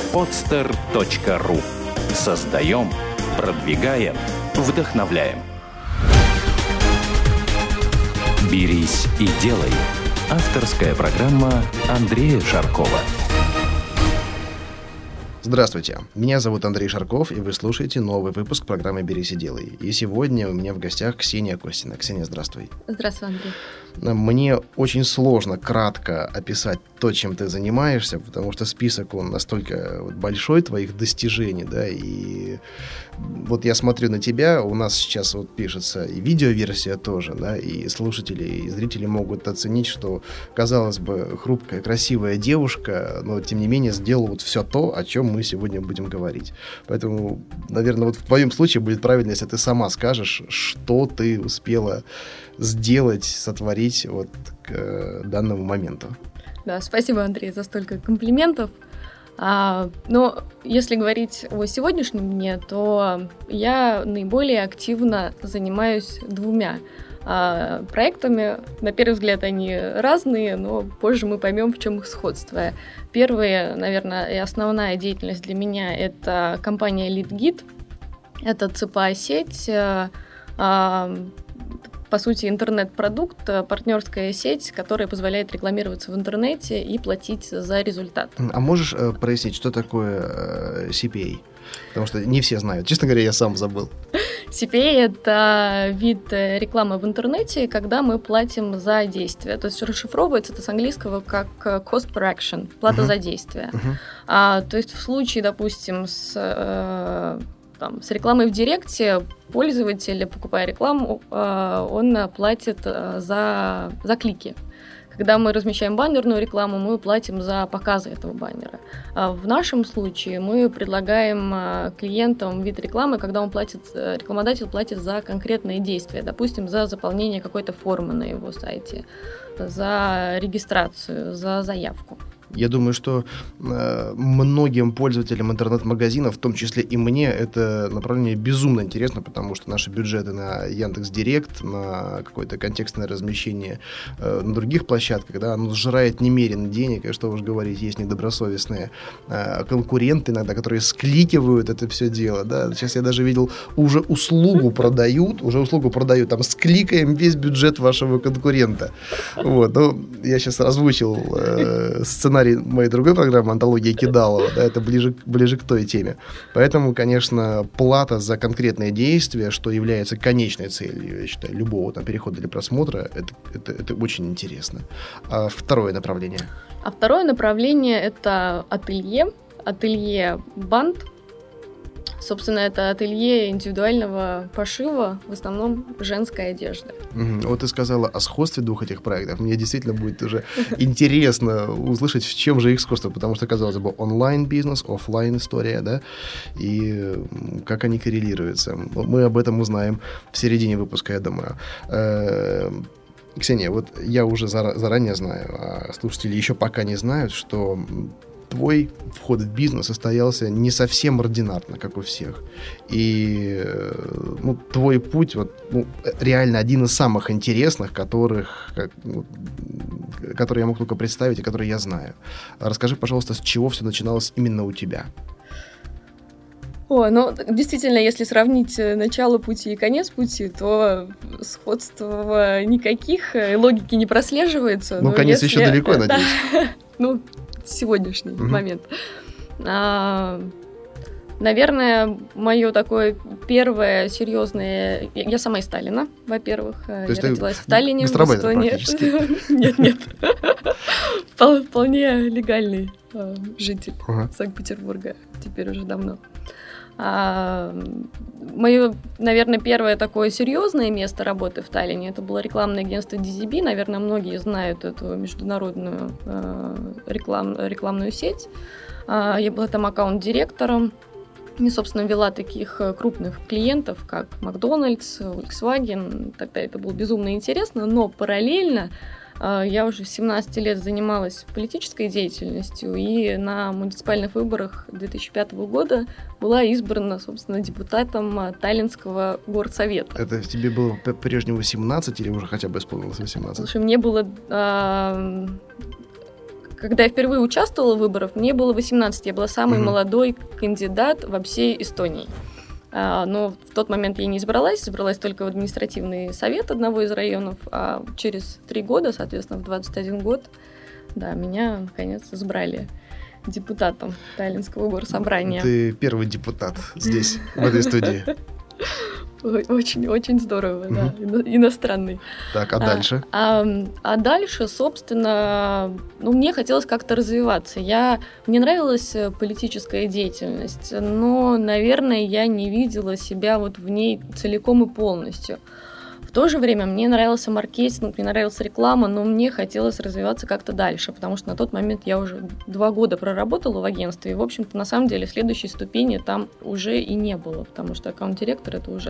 podster.ru. Создаем, продвигаем, вдохновляем. «Берись и делай» – авторская программа Андрея Шаркова. Здравствуйте, меня зовут Андрей Шарков, и вы слушаете новый выпуск программы «Берись и делай». И сегодня у меня в гостях Ксения Костина. Ксения, здравствуй. Здравствуй, Андрей. Мне очень сложно кратко описать то, чем ты занимаешься, потому что список, он настолько большой твоих достижений, да, и вот я смотрю на тебя, у нас сейчас вот пишется и видеоверсия тоже, да, и слушатели, и зрители могут оценить, что, казалось бы, хрупкая, красивая девушка, но, тем не менее, сделала вот все то, о чем мы сегодня будем говорить. Поэтому, наверное, вот в твоем случае будет правильно, если ты сама скажешь, что ты успела сделать, сотворить вот к данному моменту. Да, спасибо, Андрей, за столько комплиментов. Но если говорить о сегодняшнем дне, то я наиболее активно занимаюсь двумя проектами. На первый взгляд они разные, но позже мы поймем, в чем их сходство. Первая, наверное, и основная деятельность для меня – это компания LeadGuide. Это ЦПА сеть, по сути, интернет-продукт, партнерская сеть, которая позволяет рекламироваться в интернете и платить за результат. А можешь прояснить, что такое CPA? Потому что не все знают. Честно говоря, я сам забыл. CPA – это вид рекламы в интернете, когда мы платим за действие. То есть расшифровывается это с английского как cost per action, плата за действие. То есть в случае, допустим, с рекламой в Директе пользователь, покупая рекламу, он платит за клики. Когда мы размещаем баннерную рекламу, мы платим за показы этого баннера. В нашем случае мы предлагаем клиентам вид рекламы, когда рекламодатель платит за конкретные действия, допустим, за заполнение какой-то формы на его сайте, за регистрацию, за заявку. Я думаю, что многим пользователям интернет-магазинов, в том числе и мне, это направление безумно интересно, потому что наши бюджеты на Яндекс.Директ, на какое-то контекстное размещение на других площадках, да, оно сжирает немерено денег, и что уж говорить, есть недобросовестные конкуренты иногда, которые скликивают это все дело. Да. Сейчас я даже видел, уже услугу продают, там скликаем весь бюджет вашего конкурента. Вот. Но я сейчас озвучил сценарий моей другой программы «Антология Кидалова», да, это ближе к той теме. Поэтому, конечно, плата за конкретные действия, что является конечной целью, я считаю, любого перехода или просмотра, это очень интересно. А второе направление? Второе направление – это ателье «Бант». Собственно, это ателье индивидуального пошива, в основном женской одежды. Вот ты сказала о сходстве двух этих проектов. Мне действительно будет уже интересно услышать, в чем же их сходство, потому что, казалось бы, онлайн-бизнес, офлайн история, да, и как они коррелируются. Мы об этом узнаем в середине выпуска, я думаю. Ксения, вот я уже заранее знаю, а слушатели еще пока не знают, что твой вход в бизнес состоялся не совсем ординарно, как у всех. И твой путь реально один из самых интересных, который я мог только представить и который я знаю. Расскажи, пожалуйста, с чего все начиналось именно у тебя? Действительно, если сравнить начало пути и конец пути, то сходств никаких, логики не прослеживается. Конец еще далеко, я надеюсь. Сегодняшний момент. Наверное, мое такое первое серьезное... Я сама из Таллина, во-первых. То есть я родилась в Таллине, в Эстонии. Нет. Вполне легальный житель Санкт-Петербурга. Теперь уже давно. Мое, наверное, первое такое серьезное место работы в Таллине, это было рекламное агентство DZB. Наверное, многие знают эту международную рекламную сеть. Я была там аккаунт-директором. И, собственно, вела таких крупных клиентов, как Макдональдс, Volkswagen. Тогда это было безумно интересно, но параллельно я уже с 17 лет занималась политической деятельностью, и на муниципальных выборах 2005 года была избрана, собственно, депутатом Таллинского горсовета. Это тебе было по-прежнему 17 или уже хотя бы исполнилось 18? Слушай, мне было... когда я впервые участвовала в выборах, мне было 18, я была самый молодой кандидат во всей Эстонии. Но в тот момент я не избралась только в административный совет одного из районов, а через 3 года, соответственно, в 21 год, да, меня, наконец, избрали депутатом Таллинского горсобрания. Ты первый депутат здесь, в этой студии. Очень здорово, да, иностранный. Так, а дальше? А дальше, собственно, мне хотелось как-то развиваться. Мне нравилась политическая деятельность, но, наверное, я не видела себя вот в ней целиком и полностью. В то же время мне нравился маркетинг, мне нравилась реклама, но мне хотелось развиваться как-то дальше, потому что на тот момент я уже 2 года проработала в агентстве, и, в общем-то, на самом деле, следующей ступени там уже и не было, потому что аккаунт-директор — это уже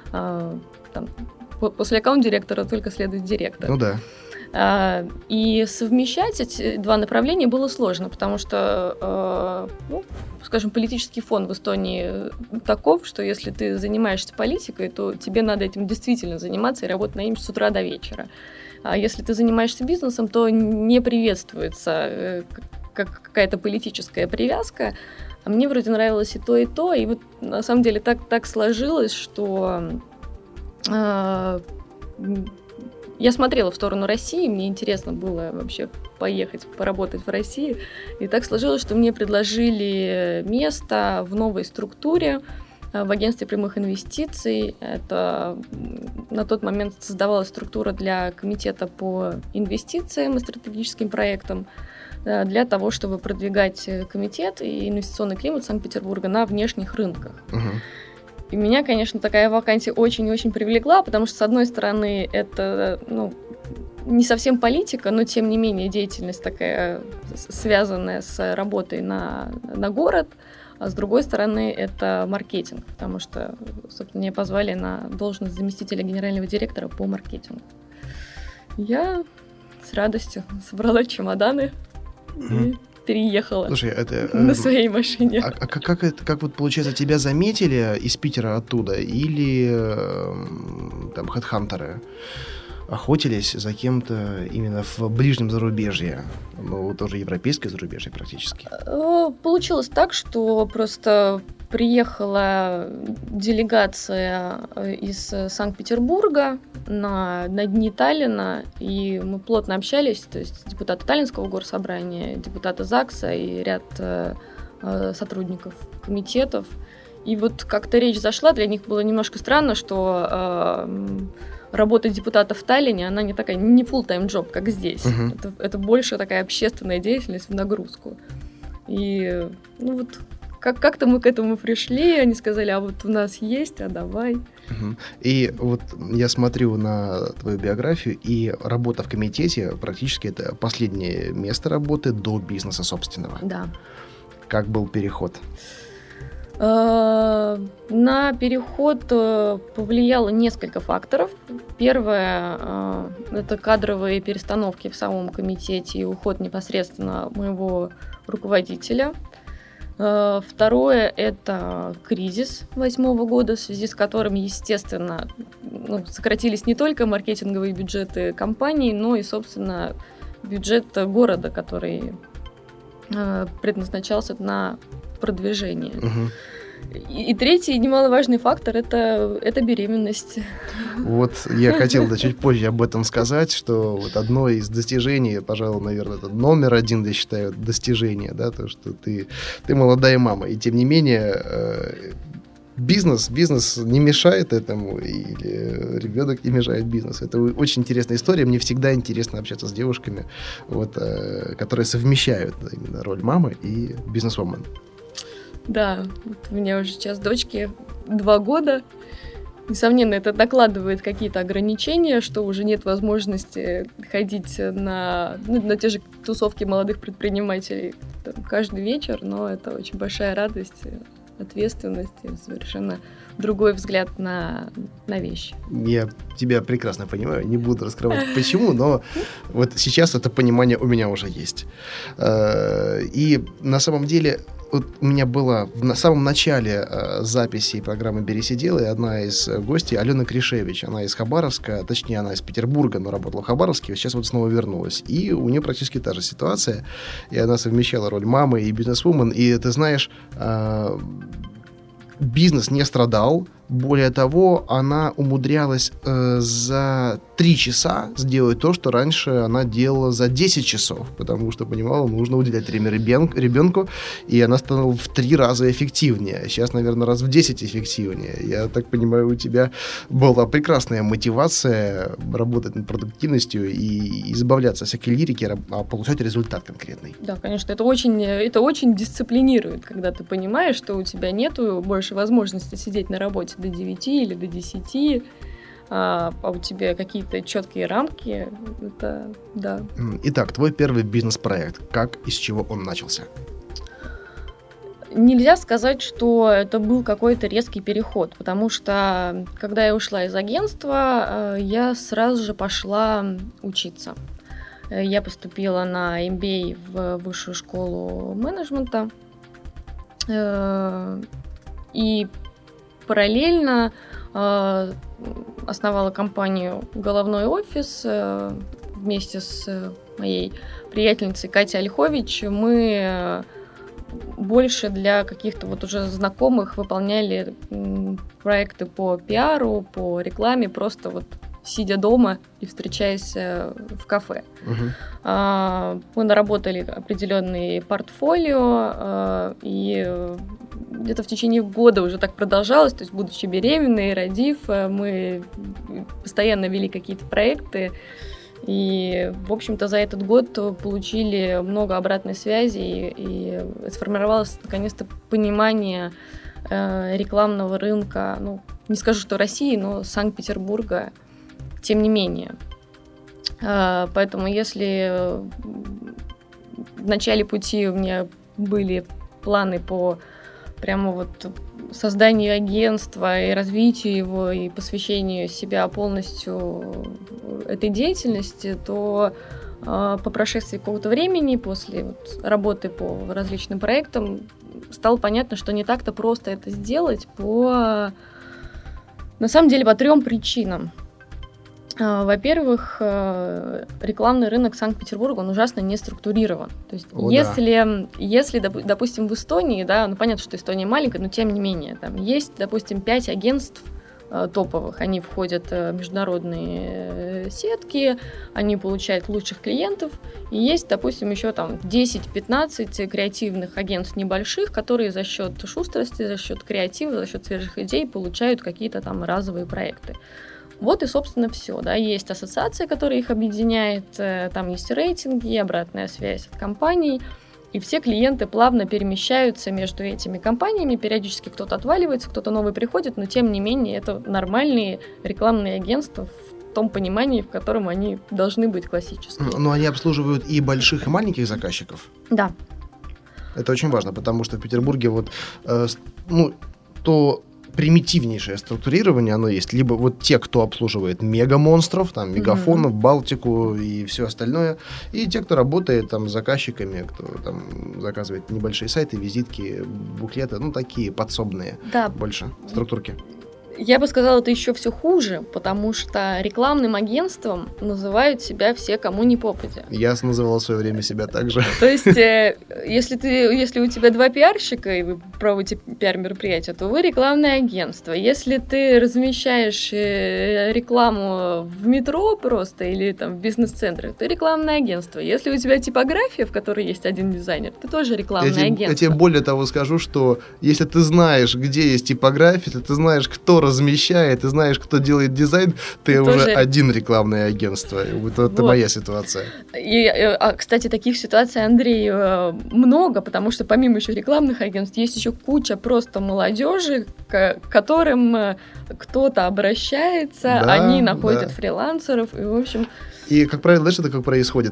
после аккаунт-директора только следует директор. Ну да. И совмещать эти 2 направления было сложно, потому что, скажем, политический фон в Эстонии таков, что если ты занимаешься политикой, то тебе надо этим действительно заниматься и работать на ним с утра до вечера. А если ты занимаешься бизнесом, то не приветствуется какая-то политическая привязка. А мне вроде нравилось и то, и вот на самом деле так сложилось, что я смотрела в сторону России, мне интересно было вообще поехать, поработать в России. И так сложилось, что мне предложили место в новой структуре в агентстве прямых инвестиций. Это на тот момент создавалась структура для комитета по инвестициям и стратегическим проектам, для того, чтобы продвигать комитет и инвестиционный климат Санкт-Петербурга на внешних рынках. И меня, конечно, такая вакансия очень-очень привлекла, потому что, с одной стороны, это не совсем политика, но, тем не менее, деятельность такая, связанная с работой на город, а с другой стороны, это маркетинг, потому что, собственно, меня позвали на должность заместителя генерального директора по маркетингу. Я с радостью собрала чемоданы и переехала. Слушай, на своей машине. А как вот, получается, тебя заметили из Питера оттуда? Или там хедхантеры охотились за кем-то именно в ближнем зарубежье? Тоже европейское зарубежье практически. Получилось так, что просто приехала делегация из Санкт-Петербурга на дни Таллина, и мы плотно общались, то есть депутаты Таллинского горсобрания, депутаты ЗАГСа и ряд сотрудников комитетов. И вот как-то речь зашла, для них было немножко странно, что работа депутата в Таллине, она не full-time job, как здесь. Это больше такая общественная деятельность в нагрузку. И как-то мы к этому пришли, они сказали, а вот у нас есть, а давай. И вот я смотрю на твою биографию, и работа в комитете практически это последнее место работы до бизнеса собственного. Да. Как был переход? На переход повлияло несколько факторов. Первое – это кадровые перестановки в самом комитете и уход непосредственно моего руководителя. Второе – это кризис 2008 года, в связи с которым, естественно, сократились не только маркетинговые бюджеты компаний, но и, собственно, бюджет города, который предназначался на продвижение. И третий немаловажный фактор – это беременность. Вот я хотел чуть позже об этом сказать, что вот одно из достижений, пожалуй, наверное, это номер 1, я считаю, достижение, да, то, что ты молодая мама, и тем не менее бизнес не мешает этому, или ребенок не мешает бизнесу. Это очень интересная история. Мне всегда интересно общаться с девушками, которые совмещают именно роль мамы и бизнесвумен. Да, у меня уже сейчас дочке 2 года. Несомненно, это накладывает какие-то ограничения, что уже нет возможности ходить на те же тусовки молодых предпринимателей каждый вечер, но это очень большая радость, ответственность и совершенно другой взгляд на вещи. Я тебя прекрасно понимаю, не буду раскрывать почему, но вот сейчас это понимание у меня уже есть. И на самом деле вот у меня была на самом начале записи программы «Берись и делай» одна из гостей, Алена Кришевич. Она из Хабаровска, точнее, она из Петербурга, но работала в Хабаровске, сейчас вот снова вернулась. И у нее практически та же ситуация. И она совмещала роль мамы и бизнесвумен. И ты знаешь, бизнес не страдал. Более того, она умудрялась за 3 часа сделать то, что раньше она делала за 10 часов, потому что понимала, нужно уделять время ребенку, и она стала в 3 раза эффективнее. Сейчас, наверное, раз в 10 эффективнее. Я так понимаю, у тебя была прекрасная мотивация работать над продуктивностью и избавляться от всякой лирики, а получать результат конкретный. Да, конечно, это очень дисциплинирует, когда ты понимаешь, что у тебя нету больше возможности сидеть на работе до 9 или до 10, а у тебя какие-то четкие рамки, это да. Итак, твой первый бизнес-проект, как и с чего он начался? Нельзя сказать, что это был какой-то резкий переход, потому что, когда я ушла из агентства, я сразу же пошла учиться. Я поступила на MBA в высшую школу менеджмента, и параллельно основала компанию «Головной офис» вместе с моей приятельницей Катей Ольхович. Мы больше для каких-то вот уже знакомых выполняли проекты по пиару, по рекламе, просто вот сидя дома и встречаясь в кафе. Мы наработали определенные портфолио, и где-то в течение года уже так продолжалось, то есть, будучи беременной, родив, мы постоянно вели какие-то проекты, и, в общем-то, за этот год получили много обратной связи, и сформировалось, наконец-то, понимание рекламного рынка, ну, не скажу, что России, но Санкт-Петербурга, тем не менее. Поэтому если в начале пути у меня были планы по прямо вот созданию агентства и развитию его, и посвящению себя полностью этой деятельности, то по прошествии какого-то времени, после вот работы по различным проектам, стало понятно, что не так-то просто это сделать на самом деле, по 3 причинам. Во-первых, рекламный рынок Санкт-Петербурга, он ужасно не структурирован. То есть, если, допустим, в Эстонии, да, ну понятно, что Эстония маленькая, но тем не менее, там есть, допустим, 5 агентств топовых, они входят в международные сетки, они получают лучших клиентов, и есть, допустим, еще там 10-15 креативных агентств небольших, которые за счет шустрости, за счет креатива, за счет свежих идей получают какие-то там разовые проекты. Вот и, собственно, все. Да. Есть ассоциация, которая их объединяет, там есть рейтинги, обратная связь от компаний, и все клиенты плавно перемещаются между этими компаниями, периодически кто-то отваливается, кто-то новый приходит, но, тем не менее, это нормальные рекламные агентства в том понимании, в котором они должны быть классические. Но они обслуживают и больших, и маленьких заказчиков? Да. Это очень важно, потому что в Петербурге вот, то примитивнейшее структурирование, оно есть. Либо вот те, кто обслуживает мега-монстров, там, Мегафон, Балтику и все остальное, и те, кто работает там с заказчиками, кто там заказывает небольшие сайты, визитки, буклеты, ну, такие подсобные, да. Больше структурки. Я бы сказала, это еще все хуже, потому что рекламным агентством называют себя все, кому не попадя. Я называл в свое время себя так же. То есть, если у тебя 2 пиарщика, и вы проводите пиар-мероприятие, то вы рекламное агентство. Если ты размещаешь рекламу в метро просто или там в бизнес-центрах, ты рекламное агентство. Если у тебя типография, в которой есть один дизайнер, ты тоже рекламное агентство. Я тебе более того скажу, что если ты знаешь, где есть типография, если ты знаешь, кто размещает, ты знаешь, кто делает дизайн, ты уже тоже один рекламное агентство. Это моя ситуация. Кстати, таких ситуаций, Андрей, много, потому что помимо еще рекламных агентств есть еще куча просто молодежи, к которым кто-то обращается, да, они находят фрилансеров, и в общем... И, как правило, знаешь, это как происходит?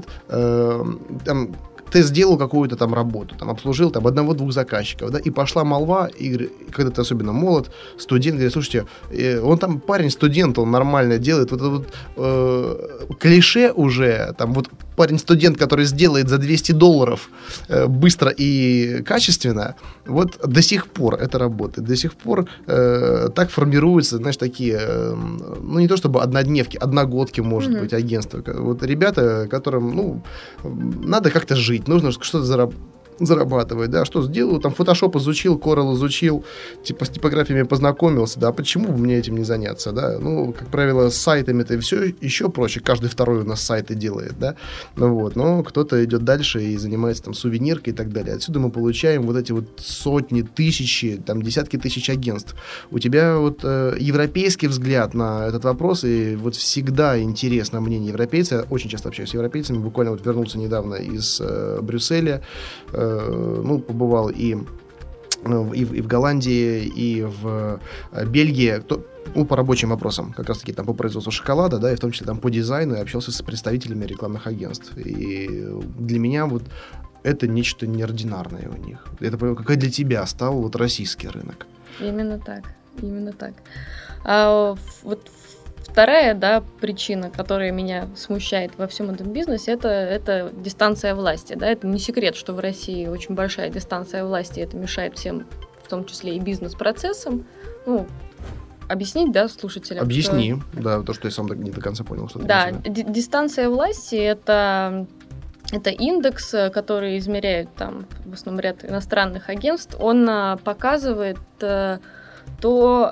Ты сделал какую-то там работу, там, обслужил там 1-2 заказчиков, да, и пошла молва, и когда ты особенно молод, студент, говорит, слушайте, он там парень студент, он нормально делает, вот это вот клише уже, там вот парень-студент, который сделает за $200 быстро и качественно, вот до сих пор это работает. До сих пор так формируются, знаешь, такие, ну, не то чтобы однодневки, одногодки, может быть, агентства. Вот ребята, которым, надо как-то жить, нужно что-то зарабатывать, да, что сделаю, там, Photoshop изучил, Corel изучил, с типографиями познакомился, да, почему бы мне этим не заняться, да, как правило, с сайтами-то все еще проще, каждый второй у нас сайты делает, да, но кто-то идет дальше и занимается там сувениркой и так далее, отсюда мы получаем вот эти вот сотни, тысячи, там, десятки тысяч агентств. У тебя вот европейский взгляд на этот вопрос, и вот всегда интересно мнение европейца, я очень часто общаюсь с европейцами, буквально вот вернулся недавно из Брюсселя, побывал и в Голландии, и в Бельгии, по рабочим вопросам, как раз таки там по производству шоколада, да, и в том числе там по дизайну, и общался с представителями рекламных агентств. И для меня вот это нечто неординарное у них. Это как для тебя стал вот российский рынок. Именно так. А вот вторая, да, причина, которая меня смущает во всем этом бизнесе, это дистанция власти. Да? Это не секрет, что в России очень большая дистанция власти, это мешает всем, в том числе и бизнес-процессам. Объяснить, да, слушателям? Объясни, да, то, что я сам не до конца понял. Что да, дистанция власти – это индекс, который измеряет там, в основном, ряд иностранных агентств. Он показывает то,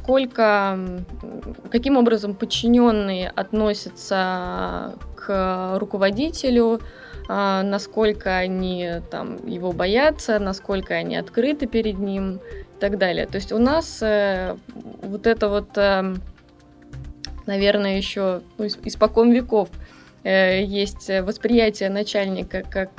каким образом подчиненные относятся к руководителю, насколько они там его боятся, насколько они открыты перед ним и так далее. То есть у нас вот это вот, наверное, еще испокон веков есть восприятие начальника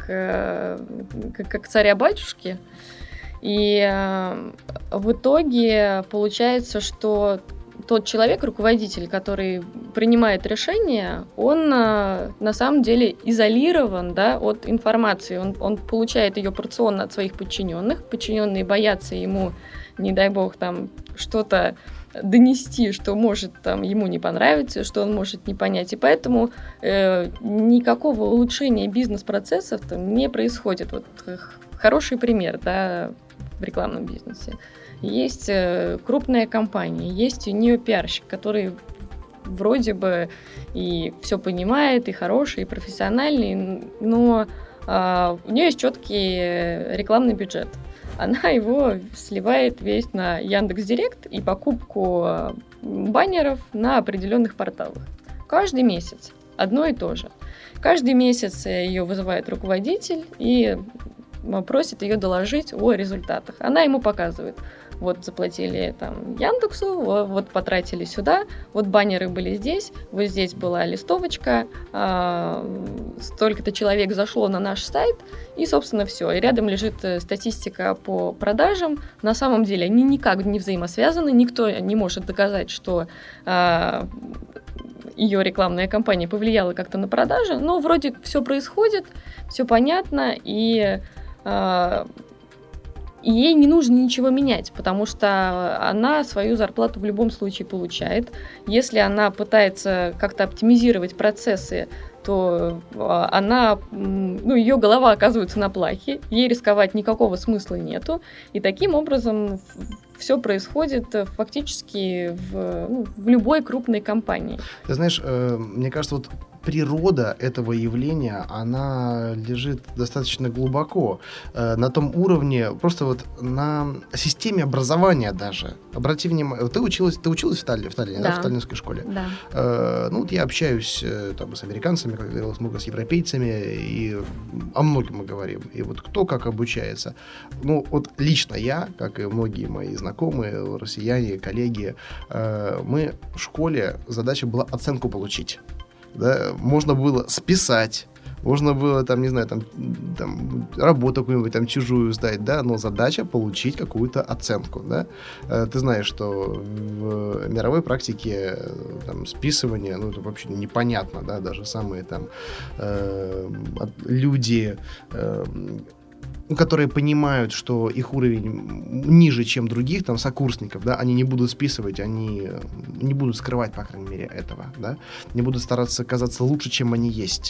как царя-батюшки. И в итоге получается, что тот человек, руководитель, который принимает решение, он на самом деле изолирован, да, от информации. Он получает ее порционно от своих подчиненных. Подчиненные боятся ему, не дай бог, там что-то донести, что может там ему не понравиться, что он может не понять. И поэтому никакого улучшения бизнес-процессов там не происходит. Вот хороший пример, да, в рекламном бизнесе. Есть крупная компания, есть у нее пиарщик, который вроде бы и все понимает, и хороший, и профессиональный, но у нее есть четкий рекламный бюджет. Она его сливает весь на Яндекс.Директ и покупку баннеров на определенных порталах. Каждый месяц одно и то же. Каждый месяц ее вызывает руководитель и просит ее доложить о результатах. Она ему показывает. Вот заплатили там Яндексу, вот потратили сюда, вот баннеры были здесь, вот здесь была листовочка, столько-то человек зашло на наш сайт, и, собственно, все. И рядом лежит статистика по продажам. На самом деле они никак не взаимосвязаны, никто не может доказать, что ее рекламная кампания повлияла как-то на продажи, но вроде все происходит, все понятно, и ей не нужно ничего менять, потому что она свою зарплату в любом случае получает. Если она пытается как-то оптимизировать процессы, то ее голова оказывается на плахе, ей рисковать никакого смысла нету, и таким образом все происходит фактически в любой крупной компании. Ты знаешь, мне кажется, вот природа этого явления, она лежит достаточно глубоко на том уровне, просто вот на системе образования даже. Обрати внимание, ты училась в Таллине, да, в таллинской школе. Да. Вот я общаюсь там с американцами, как говорилось, много с европейцами, и о многом мы говорим. И вот кто как обучается. Вот лично я, как и многие мои знакомые, россияне, коллеги, мы в школе, задача была оценку получить. Да, можно было списать, можно было, там, не знаю, там работу какую-нибудь, там, чужую сдать, да, но задача получить какую-то оценку, да. Ты знаешь, что в мировой практике там, списывание, это вообще непонятно, да, даже самые там люди, которые понимают, что их уровень ниже, чем других, там, сокурсников, да, они не будут списывать, они не будут скрывать, по крайней мере, этого, да, не будут стараться казаться лучше, чем они есть.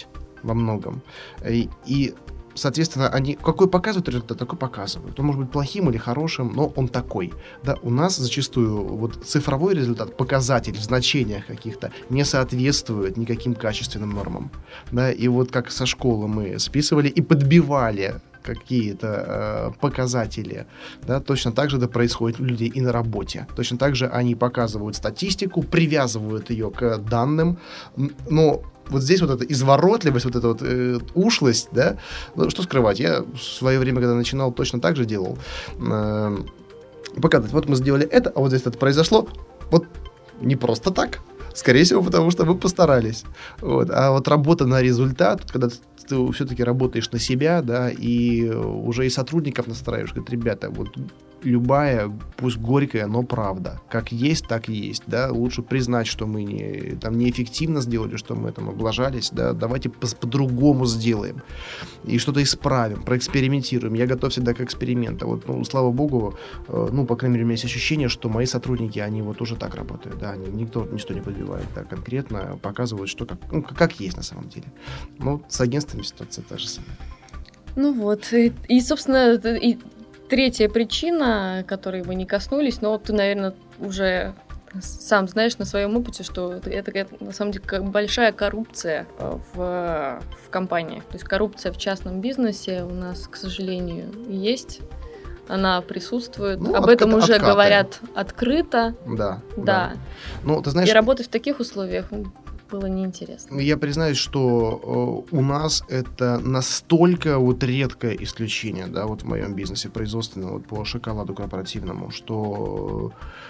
во многом. И соответственно, они какой показывают результат, такой показывают. Он может быть плохим или хорошим, но он такой. Да, у нас зачастую вот цифровой результат, показатель в значениях каких-то не соответствует никаким качественным нормам. Да, и вот как со школы мы списывали и подбивали какие-то показатели, да, точно так же это происходит у людей и на работе. Точно так же они показывают статистику, привязывают ее к данным, но вот здесь вот эта изворотливость, вот эта вот ушлость, да, ну, что скрывать, я в свое время, когда начинал, точно так же делал. Показать, вот мы сделали это, а вот здесь это произошло, вот не просто так, скорее всего, потому что вы постарались. Вот. А вот работа на результат, когда ты все-таки работаешь на себя, да, и уже и сотрудников настраиваешь, говорит, ребята, вот любая, пусть горькая, но правда. Как есть, так и есть, да, лучше признать, что мы неэффективно сделали, что мы там облажались, да, давайте по-другому сделаем и что-то исправим, проэкспериментируем. Я готов всегда к эксперименту. Вот, ну, слава богу, по крайней мере, у меня есть ощущение, что мои сотрудники, они вот уже так работают, да, ничто не подбивает, да, конкретно показывают, что как есть на самом деле. Но с агентствами ситуация та же самая. Ну вот, и собственно, третья причина, которой вы не коснулись, но ты, наверное, уже сам знаешь на своем опыте, что это на самом деле большая коррупция в компании. То есть коррупция в частном бизнесе у нас, к сожалению, есть. Она присутствует. Об этом уже говорят открыто. Да. Ну, ты знаешь, и работать в таких условиях было неинтересно. Я признаюсь, что у нас это настолько вот редкое исключение, да, вот в моем бизнесе производственном, вот по шоколаду корпоративному, что,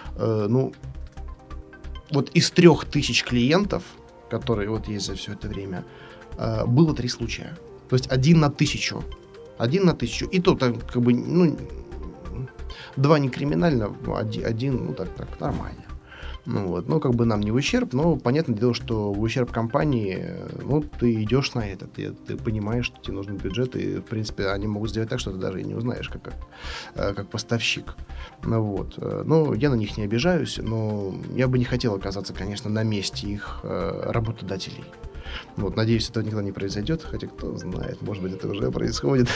вот из 3000 клиентов, которые вот есть за все это время, было 3 случая. То есть 1 на 1000. 1 на 1000. И то так, как бы, 2 не криминально, 1, так, нормально. Как бы нам не в ущерб, но понятное дело, что в ущерб компании, ты идешь на это, ты понимаешь, что тебе нужен бюджет, и, в принципе, они могут сделать так, что ты даже и не узнаешь, как поставщик. Я на них не обижаюсь, но я бы не хотел оказаться, конечно, на месте их работодателей. Надеюсь, этого никогда не произойдет, хотя кто знает, может быть, это уже происходит.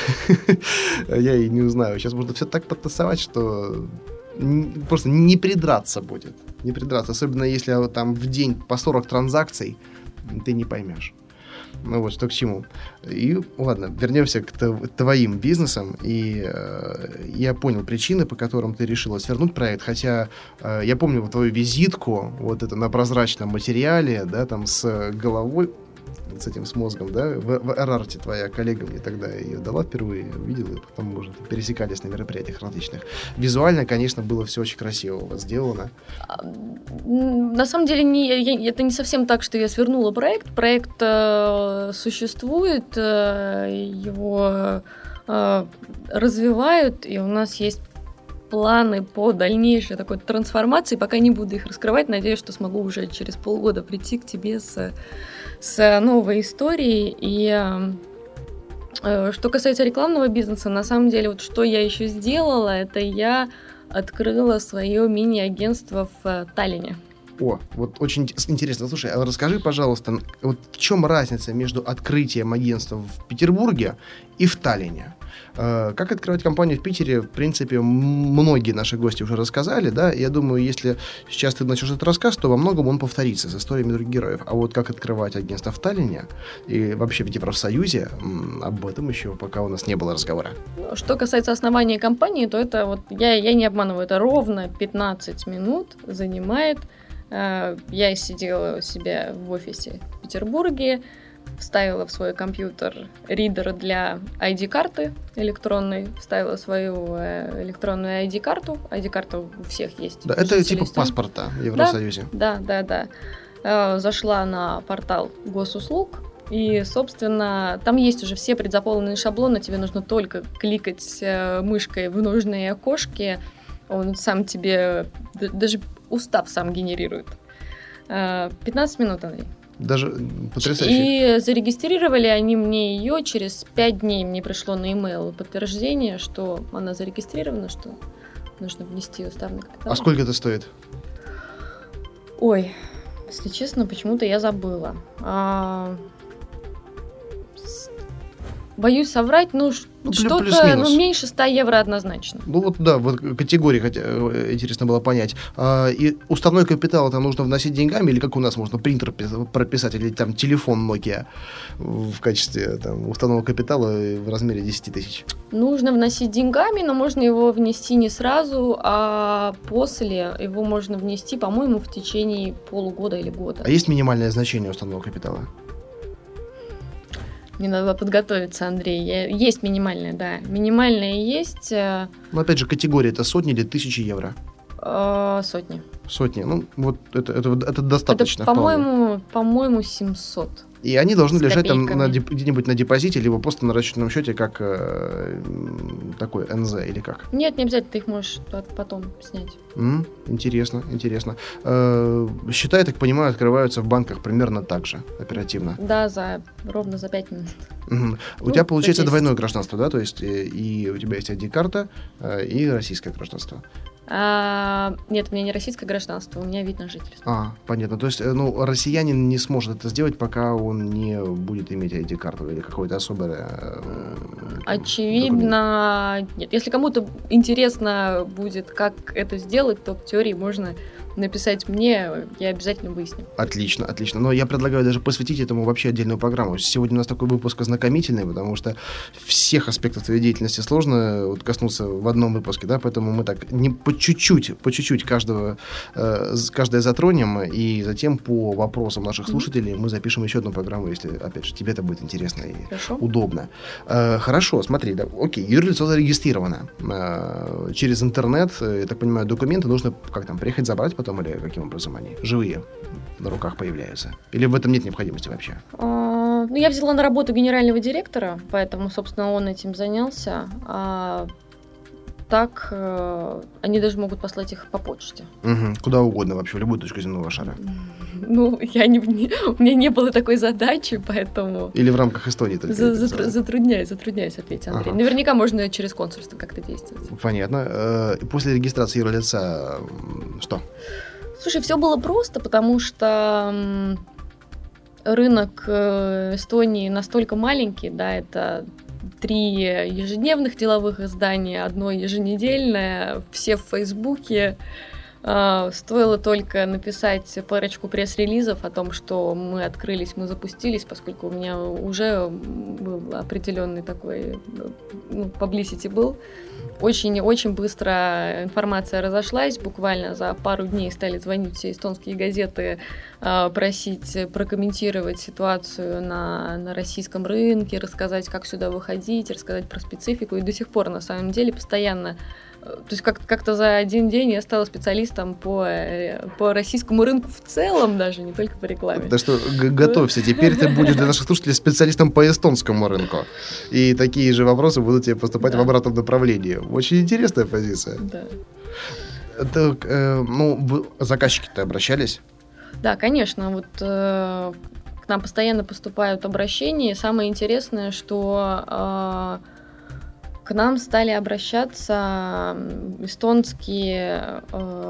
Я и не узнаю. Сейчас можно все так подтасовать, что просто не придраться будет. Не придраться. Особенно если там в день по 40 транзакций, ты не поймешь. Что к чему. И ладно, вернемся к твоим бизнесам. И я понял причины, по которым ты решила свернуть проект. Хотя я помню твою визитку, вот это на прозрачном материале, да, там с головой, с мозгом, да, в Эрарте твоя коллега мне тогда ее дала впервые, видела, и потом мы уже пересекались на мероприятиях различных. Визуально, конечно, было все очень красиво у вас сделано. На самом деле, это не совсем так, что я свернула проект. Проект существует, его развивают, и у нас есть планы по дальнейшей такой трансформации. Пока не буду их раскрывать, надеюсь, что смогу уже через полгода прийти к тебе с новой историей. И что касается рекламного бизнеса, на самом деле, вот что я еще сделала, это я открыла свое мини-агентство в Таллине. Вот очень интересно. Слушай, а расскажи, пожалуйста, вот в чем разница между открытием агентства в Петербурге и в Таллине? Как открывать компанию в Питере, в принципе, многие наши гости уже рассказали, да, я думаю, если сейчас ты начнешь этот рассказ, то во многом он повторится с историями других героев. А вот как открывать агентство в Таллине и вообще в Евросоюзе, об этом еще пока у нас не было разговора. Что касается основания компании, то это вот, я не обманываю, это ровно 15 минут занимает. Я сидела у себя в офисе в Петербурге, вставила в свой компьютер ридер для ID-карты электронной, вставила свою электронную ID-карту. ID-карта у всех есть. Да, это типа паспорта в Евросоюзе. Да. Зашла на портал госуслуг, и, собственно, там есть уже все предзаполненные шаблоны, тебе нужно только кликать мышкой в нужные окошки, он сам тебе, даже устав сам генерирует. 15 минут, Андрей. Даже потрясающе. И зарегистрировали они мне ее, через 5 дней мне пришло на e-mail подтверждение, что она зарегистрирована, что нужно внести уставный капитал. А сколько это стоит? Ой, если честно, почему-то я забыла. Боюсь соврать, что-то меньше 100 евро однозначно. Вот категории интересно было понять. И уставной капитал там нужно вносить деньгами, или как у нас можно принтер прописать, или там телефон Nokia в качестве уставного капитала в размере 10 тысяч? Нужно вносить деньгами, но можно его внести не сразу, а после его можно внести, по-моему, в течение полугода или года. А есть минимальное значение уставного капитала? Мне надо подготовиться, Андрей. Есть минимальная, да. Минимальная есть. Но опять же, категория это сотни или тысячи евро? Сотни. Сотни. Это достаточно. Это, по-моему, 700. И они должны лежать там где-нибудь на депозите, либо просто на расчетном счете, как такой НЗ или как? Нет, не обязательно, ты их можешь потом снять. Интересно. Счета, я так понимаю, открываются в банках примерно так же, оперативно. Да, ровно за 5 минут. У тебя получается двойное гражданство, да? То есть и у тебя есть ID-карта, и российское гражданство. Нет, у меня не российское гражданство, у меня вид на жительство. Понятно. То есть, россиянин не сможет это сделать, пока он не будет иметь ID-карту или какое-то особое... Очевидно, документ. Нет. Если кому-то интересно будет, как это сделать, то в теории можно написать мне, я обязательно выясню. Отлично. Но я предлагаю даже посвятить этому вообще отдельную программу. Сегодня у нас такой выпуск ознакомительный, потому что всех аспектов твоей деятельности сложно коснуться в одном выпуске, да, поэтому мы так по чуть-чуть каждое затронем, и затем по вопросам наших слушателей мы запишем еще одну программу, если, опять же, тебе это будет интересно и удобно. Хорошо, смотри, да, окей, юрлицо зарегистрировано. Через интернет, я так понимаю, документы нужно приехать забрать потом, или каким образом они живые на руках появляются? Или в этом нет необходимости вообще? Я взяла на работу генерального директора, поэтому, собственно, он этим занялся. Так они даже могут послать их по почте. Куда угодно вообще, в любую точку земного шара. У меня не было такой задачи, поэтому... Или в рамках Эстонии только? Затрудняюсь ответить, Андрей. Наверняка можно через консульство как-то действовать. Понятно. После регистрации юрлица что? Слушай, все было просто, потому что рынок Эстонии настолько маленький, да, это 3 ежедневных деловых издания, 1 еженедельное, все в Фейсбуке. Стоило только написать парочку пресс-релизов о том, что мы открылись, мы запустились, поскольку у меня уже был определенный такой, publicity был. Очень быстро информация разошлась, буквально за пару дней стали звонить все эстонские газеты, просить прокомментировать ситуацию на российском рынке, рассказать, как сюда выходить, рассказать про специфику, и до сих пор, на самом деле, постоянно. То есть как-то за один день я стала специалистом по российскому рынку в целом, даже не только по рекламе. Так что готовься, теперь ты будешь для наших слушателей специалистом по эстонскому рынку. И такие же вопросы будут тебе поступать в обратном направлении. Очень интересная позиция. Да. Заказчики-то обращались? Да, конечно. К нам постоянно поступают обращения. Самое интересное, что... К нам стали обращаться эстонские,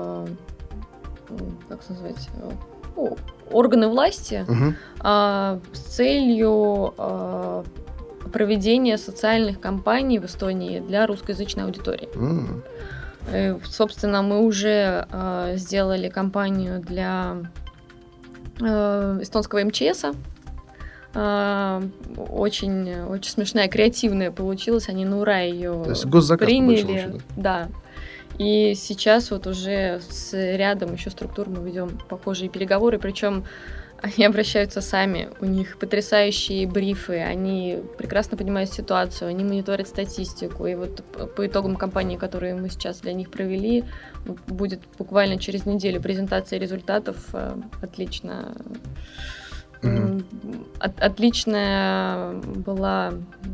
органы власти с целью проведения социальных кампаний в Эстонии для русскоязычной аудитории. Собственно, мы уже сделали кампанию для эстонского МЧСа. Очень смешная, креативная получилась. Они на ура ее приняли. Да. И сейчас уже с рядом еще структур мы ведем похожие переговоры, причем они обращаются сами, у них потрясающие брифы, они прекрасно понимают ситуацию, они мониторят статистику, и по итогам кампании, которую мы сейчас для них провели, будет буквально через неделю презентация результатов. Отличная была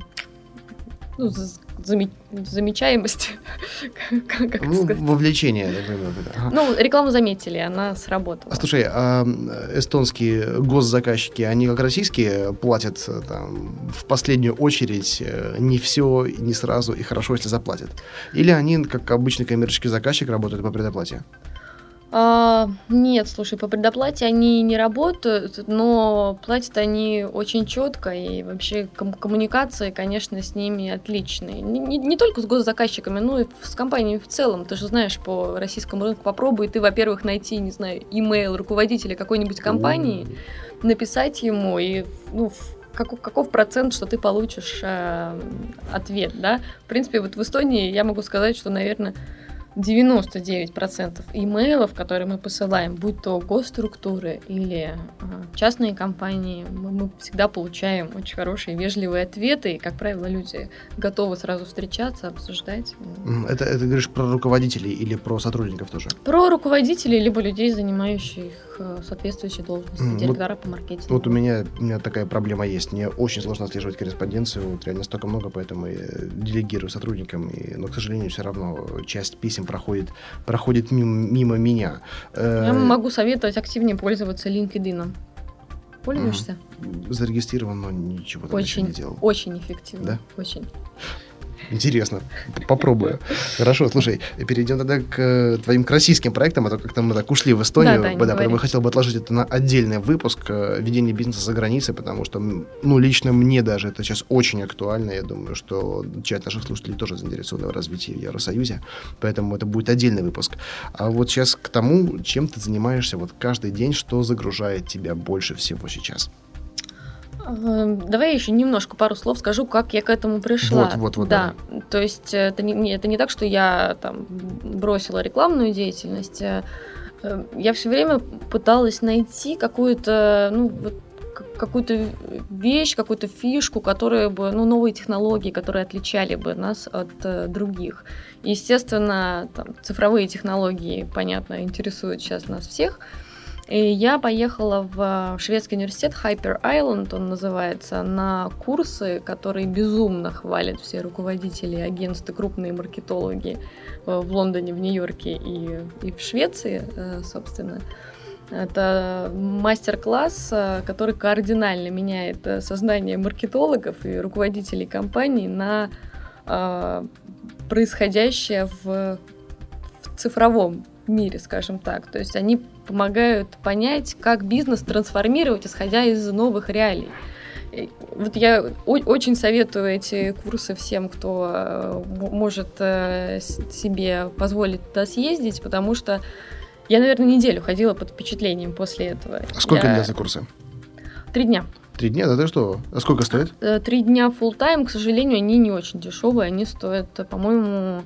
замечаемость. Вовлечение. Рекламу заметили, она сработала. Слушай, а эстонские госзаказчики, они как российские платят в последнюю очередь не все, не сразу и хорошо, если заплатят? Или они, как обычный коммерческий заказчик, работают по предоплате? Нет, слушай, по предоплате они не работают, но платят они очень четко, и вообще коммуникации, конечно, с ними отличные. Не только с госзаказчиками, но и с компаниями в целом. Ты же знаешь, по российскому рынку попробуй ты, во-первых, найти, не знаю, имейл руководителя какой-нибудь компании, написать ему, и каков процент, что ты получишь ответ, да? В принципе, вот в Эстонии я могу сказать, что, наверное, 99% имейлов, которые мы посылаем, будь то госструктуры или частные компании, мы всегда получаем очень хорошие, вежливые ответы, и, как правило, люди готовы сразу встречаться, обсуждать. Это ты говоришь про руководителей или про сотрудников тоже? Про руководителей, либо людей, занимающих соответствующие должности, директора по маркетингу. Вот у меня такая проблема есть. Мне очень сложно отслеживать корреспонденцию, вот реально столько много, поэтому я делегирую сотрудникам, но, к сожалению, все равно часть писем проходит мимо меня. Я могу советовать активнее пользоваться LinkedIn. Пользуешься? Зарегистрирован, но ничего там еще не делал. Очень эффективно. Да? Очень. Интересно. Попробую. Хорошо, слушай, перейдем тогда к твоим российским проектам, а то как-то мы так ушли в Эстонию. Да, я хотел бы отложить это на отдельный выпуск ведения бизнеса за границей, потому что, лично мне даже это сейчас очень актуально. Я думаю, что часть наших слушателей тоже заинтересованы в развитии в Евросоюзе, поэтому это будет отдельный выпуск. А вот сейчас к тому, чем ты занимаешься вот каждый день, что загружает тебя больше всего сейчас? Давай я еще немножко пару слов скажу, как я к этому пришла. Вот. Да, то есть это не так, что я там бросила рекламную деятельность. Я все время пыталась найти какую-то вещь, какую-то фишку, которая бы, новые технологии, которые отличали бы нас от других. Естественно, цифровые технологии, понятно, интересуют сейчас нас всех. И я поехала в шведский университет, Hyper Island он называется, на курсы, которые безумно хвалят все руководители агентств и крупные маркетологи в Лондоне, в Нью-Йорке и в Швеции, собственно. Это мастер-класс, который кардинально меняет сознание маркетологов и руководителей компаний на происходящее в цифровом мире, скажем так. То есть они помогают понять, как бизнес трансформировать, исходя из новых реалий. Вот я очень советую эти курсы всем, кто может себе позволить туда съездить, потому что я, наверное, неделю ходила под впечатлением после этого. А сколько длятся курсы? 3 дня. 3 дня? Да ты что? А сколько стоит? 3 дня full-time, к сожалению, они не очень дешевые. Они стоят, по-моему,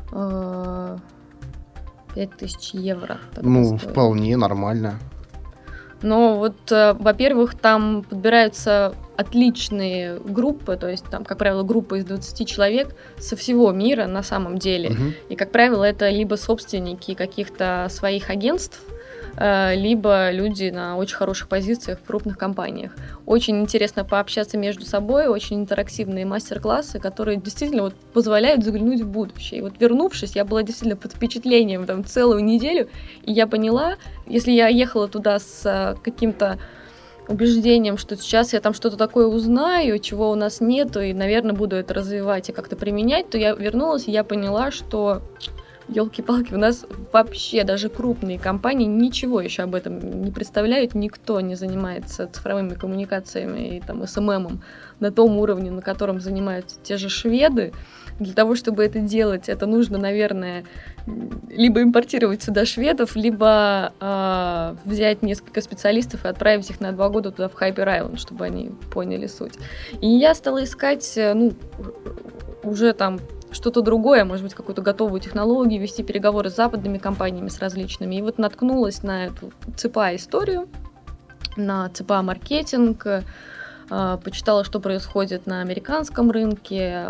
5000 евро. Вполне нормально. Но вот, во-первых, там подбираются отличные группы, то есть там, как правило, группа из 20 человек со всего мира на самом деле. И, как правило, это либо собственники каких-то своих агентств, либо люди на очень хороших позициях в крупных компаниях. Очень интересно пообщаться между собой, очень интерактивные мастер-классы, которые действительно позволяют заглянуть в будущее. И вот вернувшись, я была действительно под впечатлением целую неделю, и я поняла, если я ехала туда с каким-то убеждением, что сейчас я там что-то такое узнаю, чего у нас нету, и, наверное, буду это развивать и как-то применять, то я вернулась, и я поняла, что елки-палки, у нас вообще даже крупные компании ничего еще об этом не представляют, никто не занимается цифровыми коммуникациями и СММом на том уровне, на котором занимаются те же шведы. Для того, чтобы это делать, это нужно, наверное, либо импортировать сюда шведов, либо взять несколько специалистов и отправить их на 2 года туда в Hyper Island, чтобы они поняли суть. И я стала искать, уже там что-то другое, может быть, какую-то готовую технологию, вести переговоры с западными компаниями, с различными. И вот наткнулась на эту ЦПА-историю, на ЦПА-маркетинг, почитала, что происходит на американском рынке.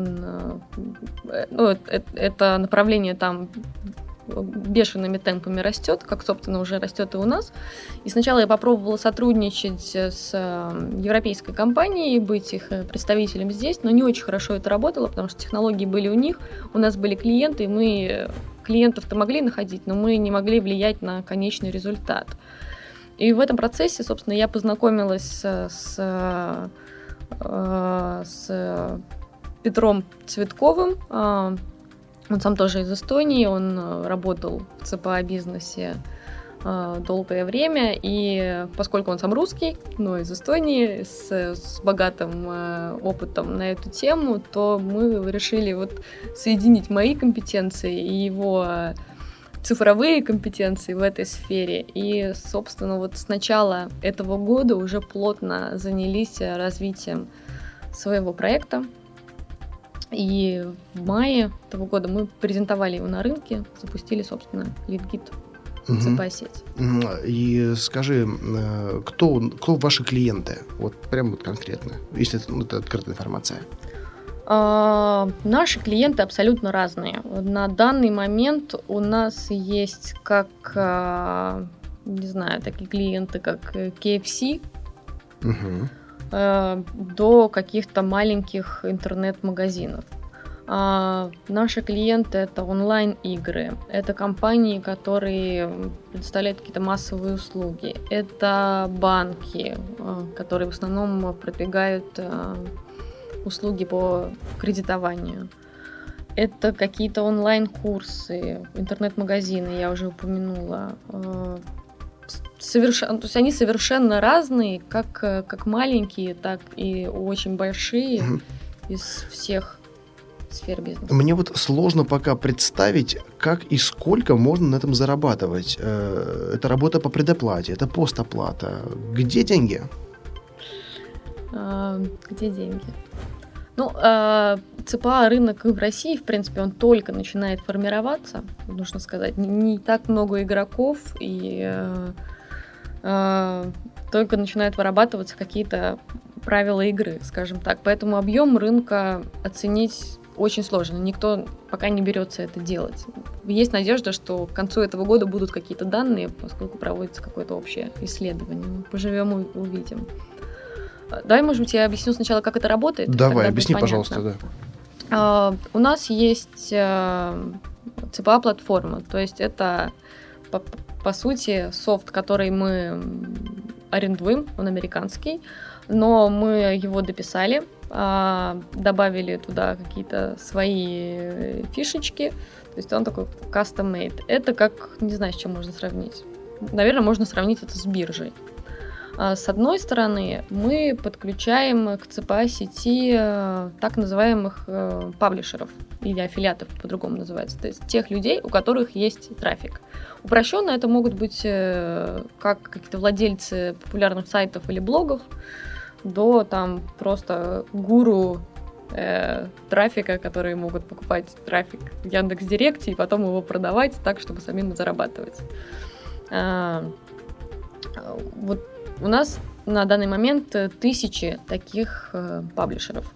Это направление там бешеными темпами растет, как, собственно, уже растет и у нас. И сначала я попробовала сотрудничать с европейской компанией, быть их представителем здесь, но не очень хорошо это работало, потому что технологии были у них, у нас были клиенты, и мы клиентов-то могли находить, но мы не могли влиять на конечный результат. И в этом процессе, собственно, я познакомилась с Петром Цветковым. Он сам тоже из Эстонии, он работал в ЦПА-бизнесе долгое время, и поскольку он сам русский, но из Эстонии, с богатым опытом на эту тему, то мы решили вот соединить мои компетенции и его цифровые компетенции в этой сфере. И, собственно, вот с начала этого года уже плотно занялись развитием своего проекта. И в мае этого года мы презентовали его на рынке, запустили, собственно, LeadGit. ЦПА-сеть. И скажи, кто ваши клиенты? Вот прям вот конкретно, если это открытая информация. Наши клиенты абсолютно разные. На данный момент у нас есть как, не знаю, такие клиенты, как KFC, до каких-то маленьких интернет-магазинов. Наши клиенты — это онлайн-игры, это компании, которые предоставляют какие-то массовые услуги, это банки, которые в основном продвигают услуги по кредитованию, это какие-то онлайн-курсы, интернет-магазины, я уже упомянула. То есть они совершенно разные, как маленькие, так и очень большие из всех сфер бизнеса. Мне вот сложно пока представить, как и сколько можно на этом зарабатывать. Это работа по предоплате, это постоплата. Где деньги? Где деньги? Ну, ЦПА рынок в России, в принципе, он только начинает формироваться, нужно сказать. Не так много игроков, и только начинают вырабатываться какие-то правила игры, скажем так. Поэтому объем рынка оценить очень сложно. Никто пока не берется это делать. Есть надежда, что к концу этого года будут какие-то данные, поскольку проводится какое-то общее исследование. Поживем и увидим. Давай, может быть, я объясню сначала, как это работает. Давай, объясни, пожалуйста. Да. У нас есть ЦПА-платформа, то есть это, по сути, софт, который мы арендуем, он американский, но мы его дописали, добавили туда какие-то свои фишечки, то есть он такой custom-made. Это как, не знаю, с чем можно сравнить. Наверное, можно сравнить это с биржей. С одной стороны, мы подключаем к ЦПА-сети так называемых паблишеров или аффилиатов, по-другому называется, то есть тех людей, у которых есть трафик. Упрощенно это могут быть как какие-то владельцы популярных сайтов или блогов, до там просто гуру трафика, которые могут покупать трафик в Яндекс.Директе и потом его продавать так, чтобы самим зарабатывать. Вот у нас на данный момент 1000 таких паблишеров.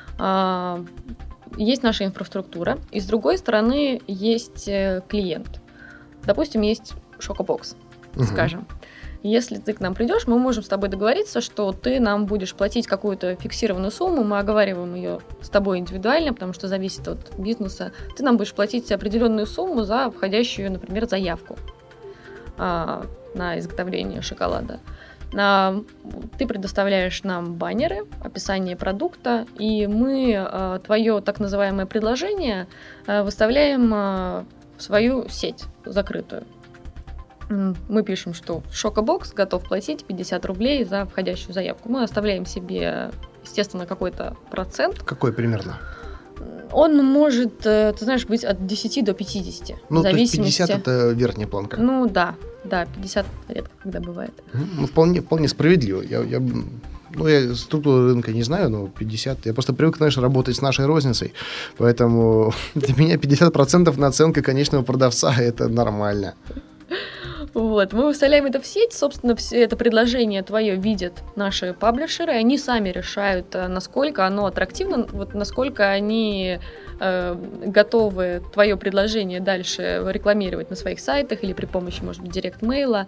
Есть наша инфраструктура, и с другой стороны есть клиент. Допустим, есть Шокобокс, скажем. Если ты к нам придешь, мы можем с тобой договориться, что ты нам будешь платить какую-то фиксированную сумму, мы оговариваем ее с тобой индивидуально, потому что зависит от бизнеса. Ты нам будешь платить определенную сумму за входящую, например, заявку на изготовление шоколада. Ты предоставляешь нам баннеры, описание продукта, и мы твое так называемое предложение выставляем в свою сеть закрытую. Мы пишем, что Шокобокс готов платить 50 рублей за входящую заявку. Мы оставляем себе, естественно, какой-то процент. Какой примерно? Он может, ты знаешь, быть от 10 до 50. Ну, то есть 50 это верхняя планка. Ну, да, 50 редко когда бывает. Ну, вполне справедливо. Я структуру рынка не знаю, но 50. Я просто привык, знаешь, работать с нашей розницей, поэтому для меня 50% наценка конечного продавца – это нормально. Вот, мы выставляем это в сеть, собственно, все это предложение твое видят наши паблишеры, они сами решают, насколько оно аттрактивно, вот насколько они готовы твое предложение дальше рекламировать на своих сайтах или при помощи, может быть, директ-мейла.